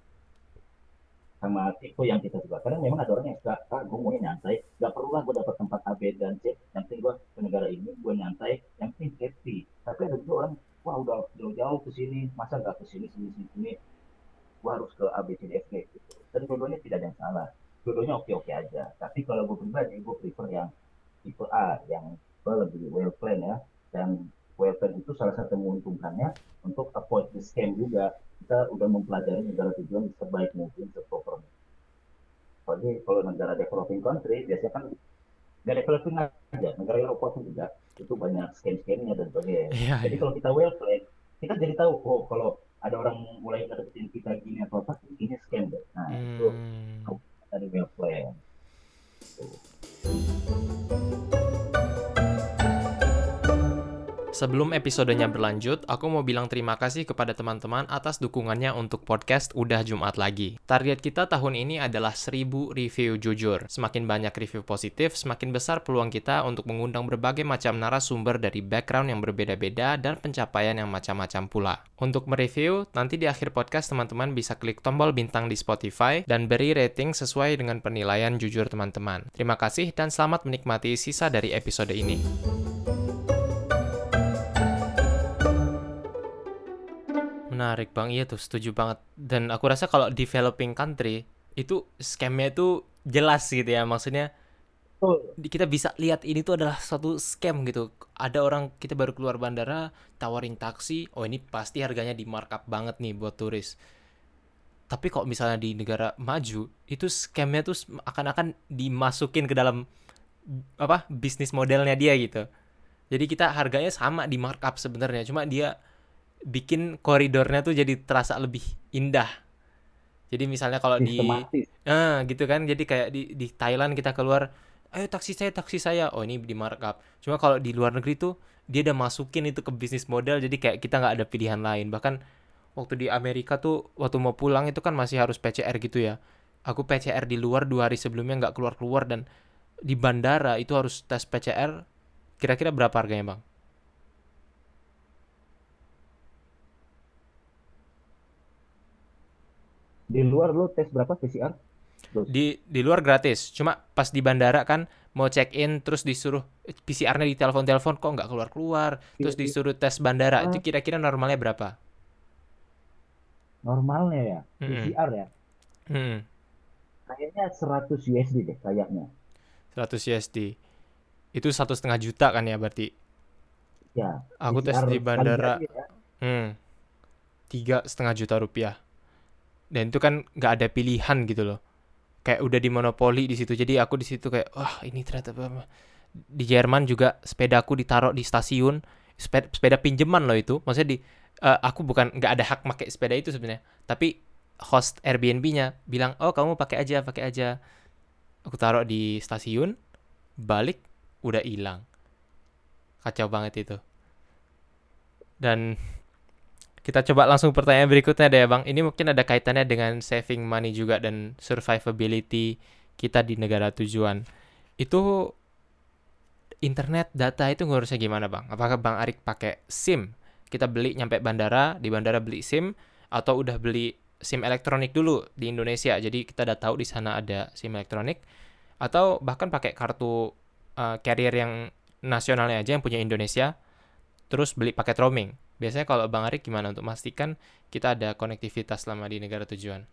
sama tipe yang kita suka. Karena memang ada orang yang suka, ah gue mau nyantai, gak perlu lah gue dapat tempat A, B, dan C, yang penting gue ke negara ini, gue nyantai, yang penting happy. Tapi ada juga orang, wah udah jauh-jauh ke sini, masa gak ke sini, sini, sini, sini, gue harus ke A, B, C, D, F, G, gitu. Dan dua-duanya tidak ada yang salah. Dua-duanya oke-oke aja. Tapi kalau gue pribadi, gue prefer yang tipe A, yang lebih well plan ya. Dan well plan itu salah satu menguntungkannya untuk avoid the scam juga. Kita udah mempelajari negara tujuan sebaik mungkin, seproper mungkin. Apalagi kalau negara developing country, biasanya kan nggak developing aja, negara Eropa pun juga itu banyak scam-scamnya dan sebagainya. Iya, Jadi iya. kalau kita well planned, kita jadi tahu, oh kalau ada orang mulai ngedeketin kita gini atau apa, ini scam deh. Nah itu Mmm. dari well plan. Sebelum episodenya berlanjut, aku mau bilang terima kasih kepada teman-teman atas dukungannya untuk podcast Udah Jumat Lagi. Target kita tahun ini adalah seribu review jujur. Semakin banyak review positif, semakin besar peluang kita untuk mengundang berbagai macam narasumber dari background yang berbeda-beda dan pencapaian yang macam-macam pula. Untuk mereview, nanti di akhir podcast teman-teman bisa klik tombol bintang di Spotify dan beri rating sesuai dengan penilaian jujur teman-teman. Terima kasih dan selamat menikmati sisa dari episode ini. Menarik Bang, iya tuh setuju banget. Dan aku rasa kalau developing country itu scamnya itu jelas gitu ya. Maksudnya Betul. di- kita bisa lihat ini tuh adalah suatu scam gitu. Ada orang kita baru keluar bandara tawarin taksi, oh ini pasti harganya di markup banget nih buat turis. Tapi kalau misalnya di negara maju itu scamnya tuh akan-akan dimasukin ke dalam apa bisnis modelnya dia gitu. Jadi kita harganya sama di markup sebenarnya, cuma dia bikin koridornya tuh jadi terasa lebih indah. Jadi misalnya kalau di Sistematis. eh gitu kan, jadi kayak di di Thailand kita keluar, ayo taksi saya, taksi saya. Oh ini di markup. Cuma kalau di luar negeri tuh dia udah masukin itu ke bisnis model, jadi kayak kita nggak ada pilihan lain. Bahkan waktu di Amerika tuh, waktu mau pulang itu kan masih harus P C R gitu ya. Aku P C R di luar dua hari sebelumnya nggak keluar-keluar dan di bandara itu harus tes P C R. Kira-kira berapa harganya bang? Di luar lo tes berapa P C R? Terus. Di di luar gratis, cuma pas di bandara kan mau check in terus disuruh P C R-nya di telepon-telepon kok nggak keluar-keluar, terus disuruh tes bandara, itu kira-kira normalnya berapa? Normalnya ya, Hmm. P C R ya, Hmm. kayaknya seratus U S D deh kayaknya. seratus U S D. Itu satu setengah juta kan ya berarti. Ya, Aku tes P C R di sekali bandara, jadi ya. hmm, tiga setengah juta rupiah. Dan itu kan nggak ada pilihan gitu loh. Kayak udah dimonopoli di situ. Jadi aku di situ kayak, wah ini ternyata apa. Di Jerman juga sepedaku ditaruh di stasiun, sepeda, sepeda pinjaman loh itu. Maksudnya di eh, aku bukan nggak ada hak pakai sepeda itu sebenarnya, tapi host Airbnb-nya bilang, oh kamu pakai aja, pakai aja. Aku taruh di stasiun, balik udah hilang. Kacau banget itu. Dan kita coba langsung pertanyaan berikutnya deh bang. Ini mungkin ada kaitannya dengan saving money juga dan survivability kita di negara tujuan. Itu internet data itu ngurusnya gimana bang? Apakah bang Arik pakai SIM? Kita beli nyampe bandara, di bandara beli SIM, atau udah beli SIM elektronik dulu di Indonesia? Jadi kita udah tahu di sana ada SIM elektronik, atau bahkan pakai kartu uh, carrier yang nasionalnya aja yang punya Indonesia, terus beli paket roaming. Biasanya kalau bang Arik gimana untuk memastikan kita ada konektivitas selama di negara tujuan?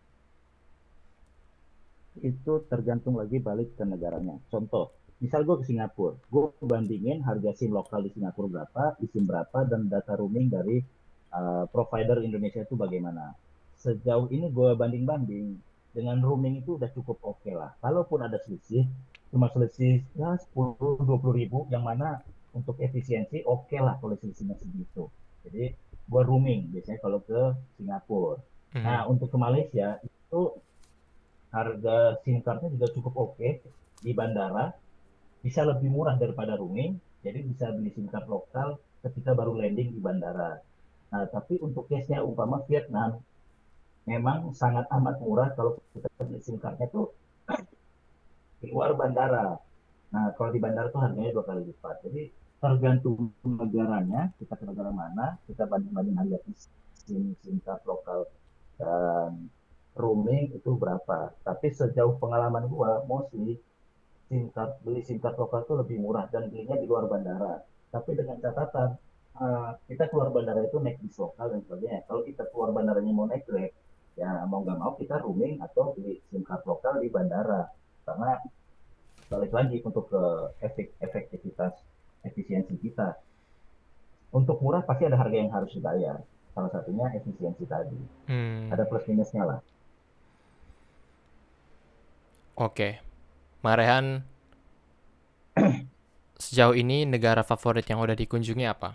Itu tergantung lagi balik ke negaranya. Contoh, misal gue ke Singapura, gue bandingin harga SIM lokal di Singapura berapa, di SIM berapa, dan data roaming dari uh, provider Indonesia itu bagaimana. Sejauh ini gue banding-banding, dengan roaming itu udah cukup oke okay lah. Kalaupun ada selisih, cuma selisih ya sepuluh dua puluh ribu, yang mana untuk efisiensi oke okay lah kalau selisihnya segitu. Jadi gue roaming biasanya kalau ke Singapura. Mhm. Nah, untuk ke Malaysia itu harga SIM cardnya juga cukup oke okay. Di bandara bisa lebih murah daripada roaming, jadi bisa beli SIM card lokal ketika baru landing di bandara. Nah, tapi untuk case-nya umpama Vietnam, memang sangat amat murah kalau kita beli SIM cardnya tuh di luar bandara. Nah, kalau di bandara tuh harganya dua kali lipat. Jadi tergantung negaranya, kita ke negara mana, kita banding-banding harga SIM, SIM card lokal dan roaming itu berapa. Tapi sejauh pengalaman gua, mostly SIM card beli SIM card lokal itu lebih murah dan belinya di luar bandara. Tapi dengan catatan uh, kita keluar bandara itu naik bis lokal dan sebagainya. Kalau kita keluar bandaranya mau naik Grab, ya mau nggak mau kita roaming atau beli SIM card lokal di bandara. Karena balik lagi untuk ke efek efektivitas efisiensi kita. Untuk murah pasti ada harga yang harus dibayar. Salah satunya efisiensi tadi. Hmm, Ada plus minusnya lah. oke. Okay. Marehan, sejauh ini negara favorit yang udah dikunjungi apa?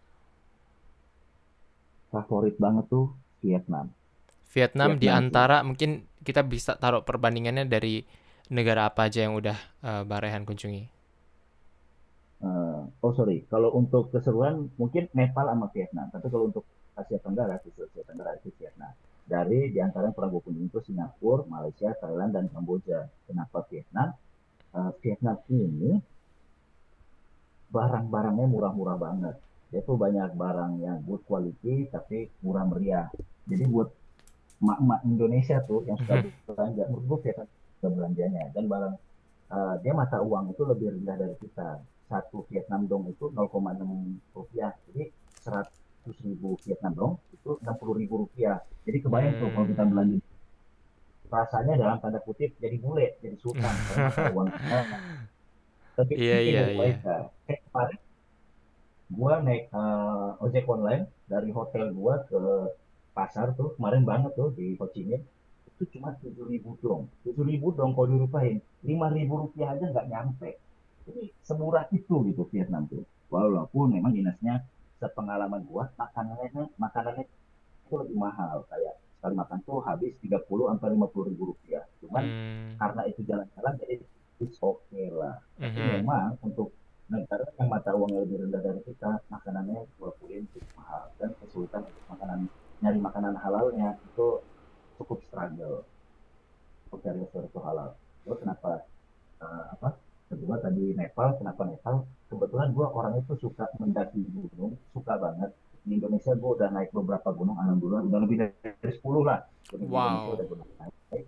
Favorit banget tuh Vietnam. Vietnam di Vietnam sih. antara mungkin kita bisa taruh perbandingannya dari negara apa aja yang udah uh, Barehan kunjungi. Uh, oh sorry, kalau untuk keseruan mungkin Nepal sama Vietnam. Tapi kalau untuk Asia Tenggara, khusus Asia Tenggara itu Vietnam. Dari di antara yang pernah gue kunjungi itu Singapura, Malaysia, Thailand, dan Kamboja. Kenapa Vietnam? Uh, Vietnam ini barang-barangnya murah-murah banget. Dia tuh banyak barang yang good quality tapi murah meriah. Jadi buat emak-emak Indonesia tuh yang suka belanja, menurut gue Vietnam suka belanjanya. Dan barang uh, dia mata uang itu lebih rendah dari kita. Satu Vietnam dong itu nol koma enam rupiah. Jadi seratus ribu Vietnam dong itu enam puluh ribu rupiah. Jadi kebayang tuh kalau kita Hmm. belanja rasanya dalam tanda kutip jadi bule, jadi sultan karena mata uang kita lebih Iya penting iya dari iya. mereka. Kayak kemarin gua naik uh, ojek online dari hotel gua ke pasar tuh kemarin banget tuh di Ho Chi Minh itu cuma tujuh ribu dong tujuh ribu dong kalau dirupain lima ribu rupiah aja nggak nyampe. Jadi semurah itu gitu Vietnam tuh walaupun memang dinasnya sepengalaman gua makanannya makanannya itu lebih mahal kayak sekali makan tuh habis tiga puluh sampai lima puluh ribu rupiah cuman Hmm. karena itu jalan-jalan jadi it's okay lah tapi Mhm. memang untuk negara yang mata uangnya lebih rendah dari kita makanannya gua akuin cukup mahal dan kesulitan untuk makanan nyari makanan halalnya itu cukup struggle untuk cari sesuatu halal. Terus kenapa uh, apa kedua tadi Nepal kenapa Nepal kebetulan gue orang itu suka mendaki gunung suka banget di Indonesia gue udah naik beberapa gunung alhamdulillah udah lebih dari sepuluh lah gunung di Indonesia Wow. udah gue naik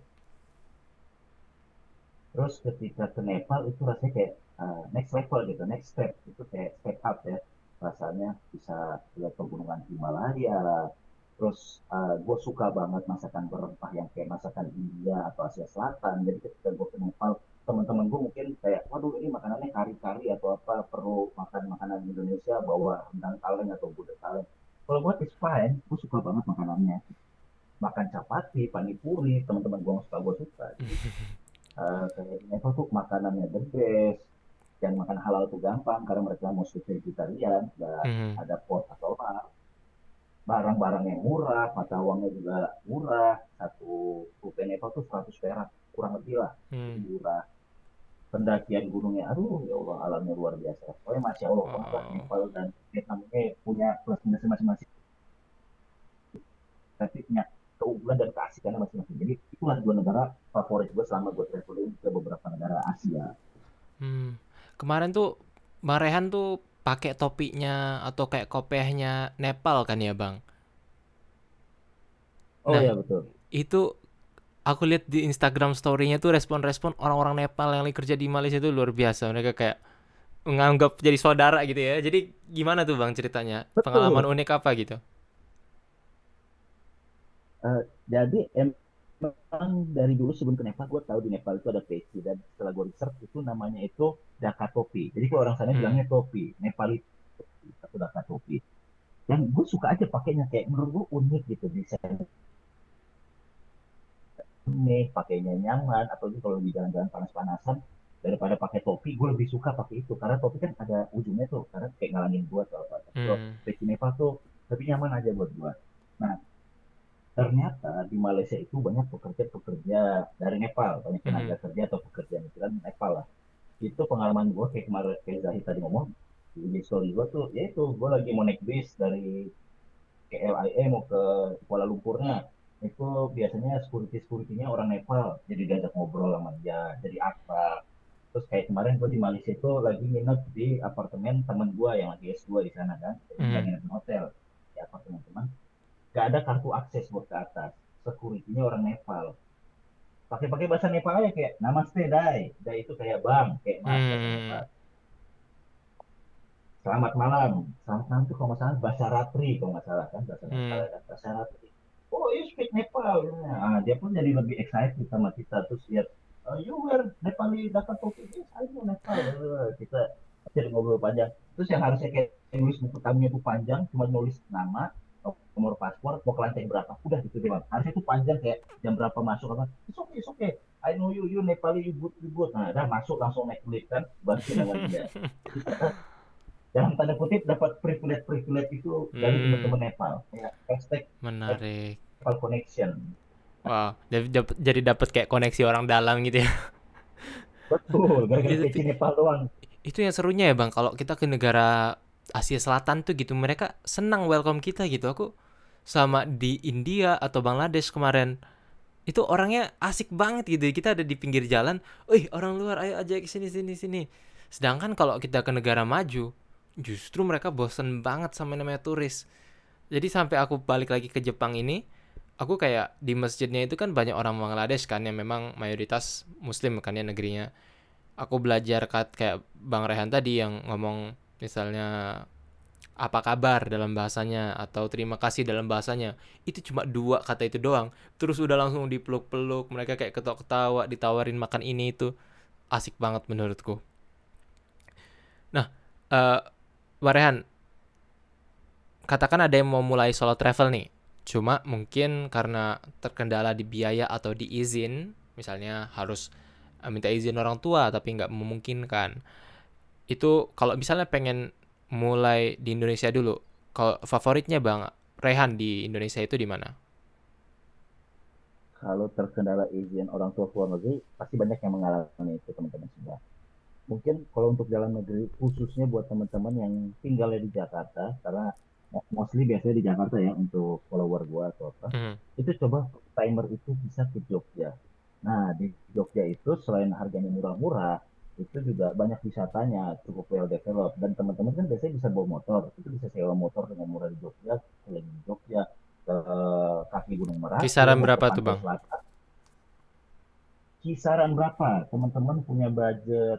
terus ketika ke Nepal itu rasanya kayak uh, next level gitu next step itu kayak step up ya rasanya bisa lihat pegunungan Himalaya terus uh, gue suka banget masakan berempah yang kayak masakan India atau Asia Selatan jadi ketika gue ke Nepal teman-teman gue mungkin kayak waduh ini makanannya kari-kari atau apa perlu makan makanan Indonesia bawa rendang kaleng atau gudeg kaleng kalau gue it's fine gue suka banget makanannya makan chapati panipuri teman-teman gue suka gue suka jadi uh, kayak di Nepal tuh makanannya the best dan makan halal tuh gampang karena mereka mau vegetarian nggak Mhm. ada pork atau apa barang-barang yang murah, mata uangnya juga murah. Satu rupiah Nepal tuh seratus perak, kurang lebih lah. Jadi Hmm. murah. Pendakian gunungnya, aduh ya Allah, alamnya luar biasa. Pokoknya Masya Allah banget lah Oh. Nepal dan Vietnam ini punya plus minus masing-masing. Tapi punya keunggulan dan keasikannya masing-masing. Jadi itulah dua negara favorit gue selama gue traveling ke beberapa negara Asia. Hmm. Kemarin tuh Bang Rehan tuh pakai topinya atau kayak kopiahnya Nepal kan ya bang. Oh Nah ya betul. itu aku lihat di Instagram story-nya tuh respon-respon orang-orang Nepal yang lagi kerja di Malaysia itu luar biasa. Mereka kayak menganggap jadi saudara gitu ya. Jadi gimana tuh bang ceritanya? Pengalaman Betul. unik apa gitu? Eh, jadi emang dari dulu sebelum ke Nepal, gue tahu di Nepal itu ada peci, dan setelah gue research itu namanya itu Dhaka topi. Jadi kalau orang sana Hmm. bilangnya topi, Nepali topi atau Dhaka topi. Dan gue suka aja pakainya, kayak menurut gue unik gitu, desainnya unik, pakainya nyaman, apalagi kalau di jalan-jalan panas-panasan, daripada pakai topi, gue lebih suka pakai itu karena topi kan ada ujungnya tuh, karena kayak ngalangin gue atau apa. Tapi kalau Hmm. peci Nepal tuh lebih nyaman aja buat gue. Nah, ternyata di Malaysia itu banyak pekerja-pekerja dari Nepal, banyak tenaga Hmm. kerja atau pekerja migran Nepal lah. Itu pengalaman gue kayak kemarin kayak Zahid tadi ngomong di story gue tuh, yaitu gue lagi mau naik bis dari K L I A mau ke Kuala Lumpurnya. Itu biasanya security securitynya orang Nepal, jadi diajak ngobrol sama dia, jadi akrab. Terus kayak kemarin gue di Malaysia itu lagi nginep di apartemen teman gue yang lagi S dua di sana kan, jadi nggak Hmm. nginep di hotel, di apartemen teman. Gak ada kartu akses buat ke atas. Security-nya orang Nepal. Pakai-pakai bahasa Nepal aja kayak namaste dai. Dai itu kayak bang, kayak mas bahasa Nepal. Hmm. Selamat malam. Selamat malam itu kalau nggak salah bahasa Ratri kalau nggak salah kan bahasa Nepal Hmm. ya kan bahasa Ratri. Oh, you speak Nepal. Nah, dia pun jadi lebih excited sama kita terus lihat "Oh, you were Nepali dapat topik yes, I know Nepal. Eh, kita jadi ngobrol panjang. Terus yang harusnya kayak nulis buku tamunya itu panjang, cuma nulis nama, nomor paspor, mau ke lantai berapa, udah gitu doang. Harusnya itu panjang kayak jam berapa masuk apa. It's okay, it's okay. I know you, you Nepali, you good, you good. Nah, udah masuk langsung naik lift kan, bantu sama dia. Jadi kita dalam tanda kutip dapat privilege-privilege itu dari Hmm. teman-teman Nepal. Kayak hashtag Menarik. Nepal Connection. Wow, jadi dapet, jadi dapat kayak koneksi orang dalam gitu ya. Betul, gara-gara Ya, peci tapi Nepal doang. itu yang serunya ya bang, kalau kita ke negara Asia Selatan tuh gitu, mereka senang welcome kita gitu. Aku sama di India atau Bangladesh kemarin, itu orangnya asik banget gitu. Kita ada di pinggir jalan, wih orang luar ayo aja ke sini sini sini. Sedangkan kalau kita ke negara maju, justru mereka bosen banget sama namanya turis. Jadi sampai aku balik lagi ke Jepang ini, aku kayak di masjidnya itu kan banyak orang Bangladesh kan yang memang mayoritas Muslim kan ya negerinya. Aku belajar kat kayak Bang Rehan tadi yang ngomong misalnya apa kabar dalam bahasanya atau terima kasih dalam bahasanya, itu cuma dua kata itu doang, terus udah langsung dipeluk-peluk, mereka kayak ketawa-ketawa, ditawarin makan ini itu, asik banget menurutku. Nah, uh, Bang Rehan, katakan ada yang mau mulai solo travel nih, cuma mungkin karena terkendala di biaya atau di izin, misalnya harus uh, minta izin orang tua tapi nggak memungkinkan. Itu kalau misalnya pengen mulai di Indonesia dulu, kalau favoritnya Bang Rehan di Indonesia itu di mana? Kalau terkendala izin orang tua keluar negeri, pasti banyak yang mengalami itu teman-teman semua. Mungkin kalau untuk jalan negeri, khususnya buat teman-teman yang tinggalnya di Jakarta, karena mostly biasanya di Jakarta ya untuk follower gua atau apa, Hmm. itu coba timer itu bisa ke Jogja. Nah, di Jogja itu selain harganya murah-murah, itu juga banyak wisatanya, cukup well developed. Dan teman-teman kan biasanya bisa bawa motor, itu bisa sewa motor dengan murah di Jogja, keliling Jogja, ke kaki Gunung Merapi, Kisaran mau ke berapa tuh pantai Bang? selatan. Kisaran berapa? Teman-teman punya budget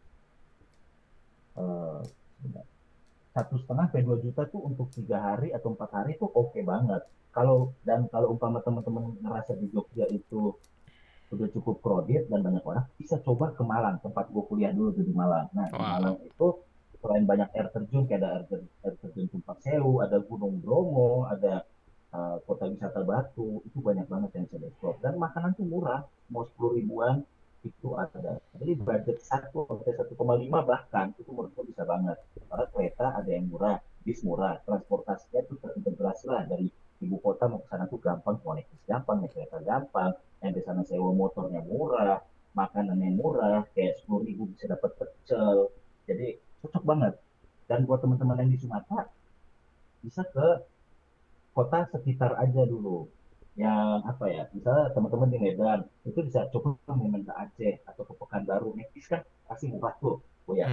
eh, satu setengah sampai dua juta tuh untuk tiga hari atau empat hari tuh oke okay banget. Kalau dan kalau umpama teman-teman ngerasa di Jogja itu udah cukup crowded dan banyak orang, bisa coba ke Malang, tempat gue kuliah dulu tuh di Malang. Nah, di Wah. Malang itu selain banyak air terjun, kayak ada air, ter, air terjun Tumpak Sewu, ada Gunung Bromo, ada uh, kota wisata Batu, itu banyak banget yang bisa dieksplor. Dan makanan tuh murah, mau sepuluh ribuan itu ada. Jadi budget satu sampai satu koma lima bahkan itu menurut gue bisa banget. Karena kereta ada yang murah, bis murah, transportasinya tuh terintegrasi lah dari ibu kota mau ke sana tuh gampang, mau naik bis gampang, naik kereta gampang, yang di sana sewa motornya murah, makanannya murah, kayak sepuluh ribu bisa dapat pecel. Jadi cocok banget. Dan buat teman-teman yang di Sumatera, bisa ke kota sekitar aja dulu. Yang apa ya, misalnya teman-teman di Medan, itu bisa coba main ke Aceh atau ke Pekanbaru. Naik bis kan pasti murah tuh, gue yakin. Hmm.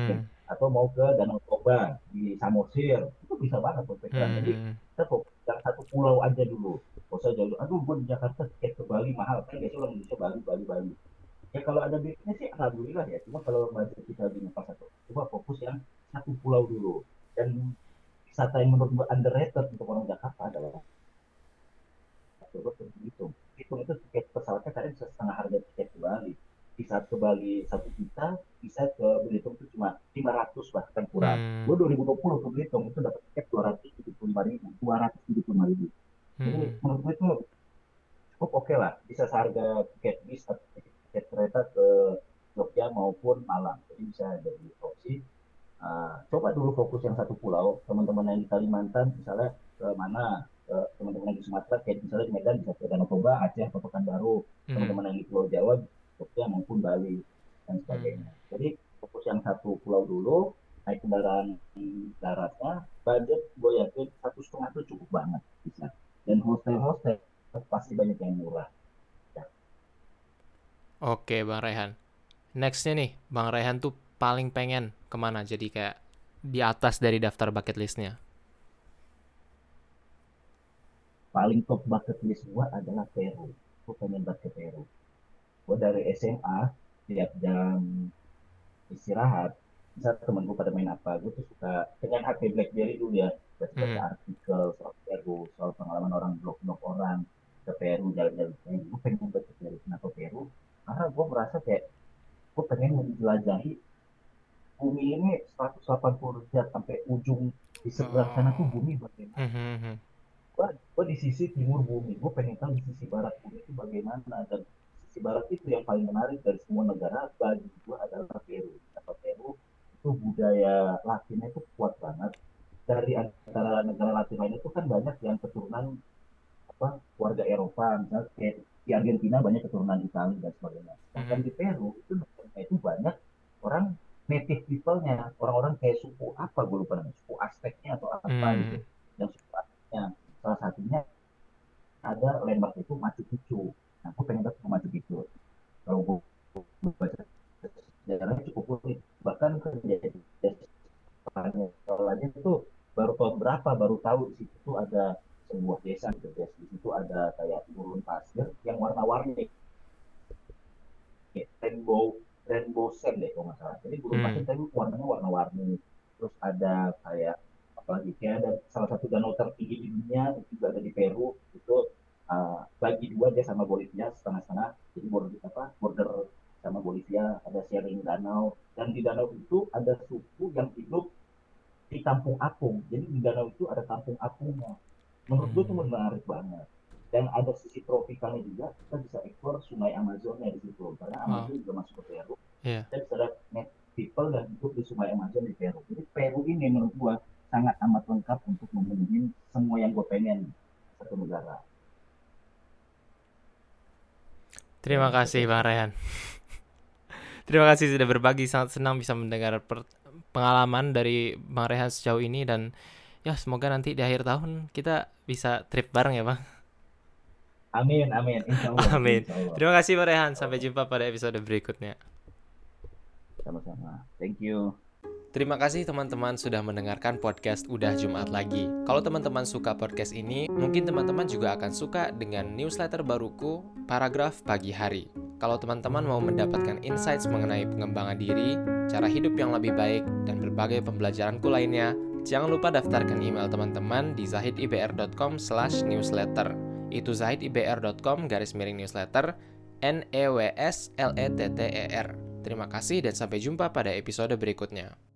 atau mau ke Danau Toba di Samosir, itu bisa banget backpackeran. Jadi Hmm. kita fokus yang satu pulau aja dulu. Gak usah jauh, aduh gue di Jakarta tiket ke Bali mahal, kan biasanya orang Indonesia Bali, Bali, Bali. Ya kalau ada duitnya sih alhamdulillah ya, cuma kalau budget kita di pas satu, coba fokus yang satu pulau dulu. Dan wisata yang menurut gue underrated untuk orang Jakarta adalah coba hitung hitung itu tiket pesawatnya kadang bisa setengah harga tiket ke Bali. Bisa ke Bali satu juta, bisa ke Belitung itu cuma lima ratus bahkan kurang. Hmm. Gue dua ribu dua puluh ke Belitung itu dapat tiket dua ratus tujuh puluh lima ribu, dua ratus tujuh puluh lima ribu. Jadi Hmm. menurut gue itu cukup oke okay lah, bisa seharga tiket bis atau tiket kereta ke Jogja maupun Malang. Jadi bisa jadi opsi. Uh, coba dulu fokus yang satu pulau, teman-teman yang di Kalimantan misalnya ke mana, ke teman-teman yang di Sumatera kayak misalnya di Medan bisa ke Danau Toba, Aceh atau Pekanbaru, Hmm. teman-teman yang di Pulau Jawa Jogja maupun Bali dan Hmm. sebagainya. Jadi fokus yang satu pulau dulu, naik kendaraan daratnya, budget gue yakin satu setengah itu cukup banget bisa. Dan hostel-hostel pasti banyak yang murah. Ya, Oke, Bang Rehan. Nextnya nih, Bang Rehan tuh paling pengen kemana? Jadi kayak di atas dari daftar bucket listnya. paling top bucket list gue adalah Peru. Gue pengen banget ke Peru. Gue dari S M A tiap jam istirahat, misal temen gue pada main apa, gue tuh suka dengan H P BlackBerry dulu ya, baca-baca Hmm. artikel soal Peru, soal pengalaman orang, blog-blog orang ke Peru, jalan-jalan ke Peru. Gue pengen baca Peru. Kenapa Peru? Karena gue merasa kayak gue pengen menjelajahi bumi ini seratus delapan puluh derajat sampai ujung di sebelah sana tuh Oh. bumi bagaimana. Hmm. Hmm. Hmm. Gue, gue di sisi timur bumi, gue pengen tahu di sisi barat bumi itu bagaimana, dan sisi barat itu yang paling menarik dari semua negara bagi gue adalah Peru. Karena Peru itu budaya Latinnya itu kuat banget. Dari antara negara Latin lain itu kan banyak yang keturunan apa warga Eropa, misalnya kayak di Argentina banyak keturunan Italia dan sebagainya. Bahkan Hmm. di Peru itu itu banyak orang native people-nya, orang-orang kayak suku apa gue lupa namanya, suku Aztec-nya atau apa gitu. Hmm. Yang suku Aztec-nya salah satunya ada landmark itu Machu Picchu. Nah, aku pengen banget ke Machu Picchu. Kalau gue baca sejarahnya cukup unik. Bahkan kejadian Spanyolnya itu baru tahun berapa baru tahu di situ tuh ada sebuah desa gitu guys. Di situ ada kayak gurun pasir yang warna-warni, kayak rainbow rainbow sand deh kalau nggak salah. Jadi gurun pasir Hmm. tapi warnanya warna-warni. Terus ada kayak apalagi kayak ada salah satu danau tertinggi di dunia itu juga ada di Peru itu, uh, bagi dua dia sama Bolivia setengah-setengah, jadi border apa border sama Bolivia, ada sharing danau, dan di danau itu ada suku yang hidup di kampung apung, jadi di danau itu ada kampung apungnya. Menurut gue itu Hmm. menarik banget, dan ada sisi tropikalnya juga, kita bisa ekspor sungai Amazonnya di situ karena Wow. Amazon juga masuk ke Peru. Iya. Kita bisa lihat people dan hidup di sungai Amazon di Peru. Jadi Peru ini menurut gua sangat amat lengkap untuk memenuhi semua yang gue pengen satu negara. Terima Ya, kasih, seperti Bang itu. Rehan. Terima kasih sudah berbagi. Sangat senang bisa mendengar per- pengalaman dari Bang Rehan sejauh ini dan ya semoga nanti di akhir tahun kita bisa trip bareng ya, Bang. Amin, amin. Insya Allah, Amin. insya Allah. Terima kasih, Bang Rehan. Insya Sampai Allah. jumpa pada episode berikutnya. Sama-sama. Thank you. Terima kasih teman-teman sudah mendengarkan podcast Udah Jumat Lagi. Kalau teman-teman suka podcast ini, mungkin teman-teman juga akan suka dengan newsletter baruku, Paragraf Pagi Hari. Kalau teman-teman mau mendapatkan insights mengenai pengembangan diri, cara hidup yang lebih baik, dan berbagai pembelajaranku lainnya, jangan lupa daftarkan email teman-teman di zahidibr dot com slash newsletter. Itu zahidibr dot com garis miring newsletter, N E W S L E T T E R. Terima kasih dan sampai jumpa pada episode berikutnya.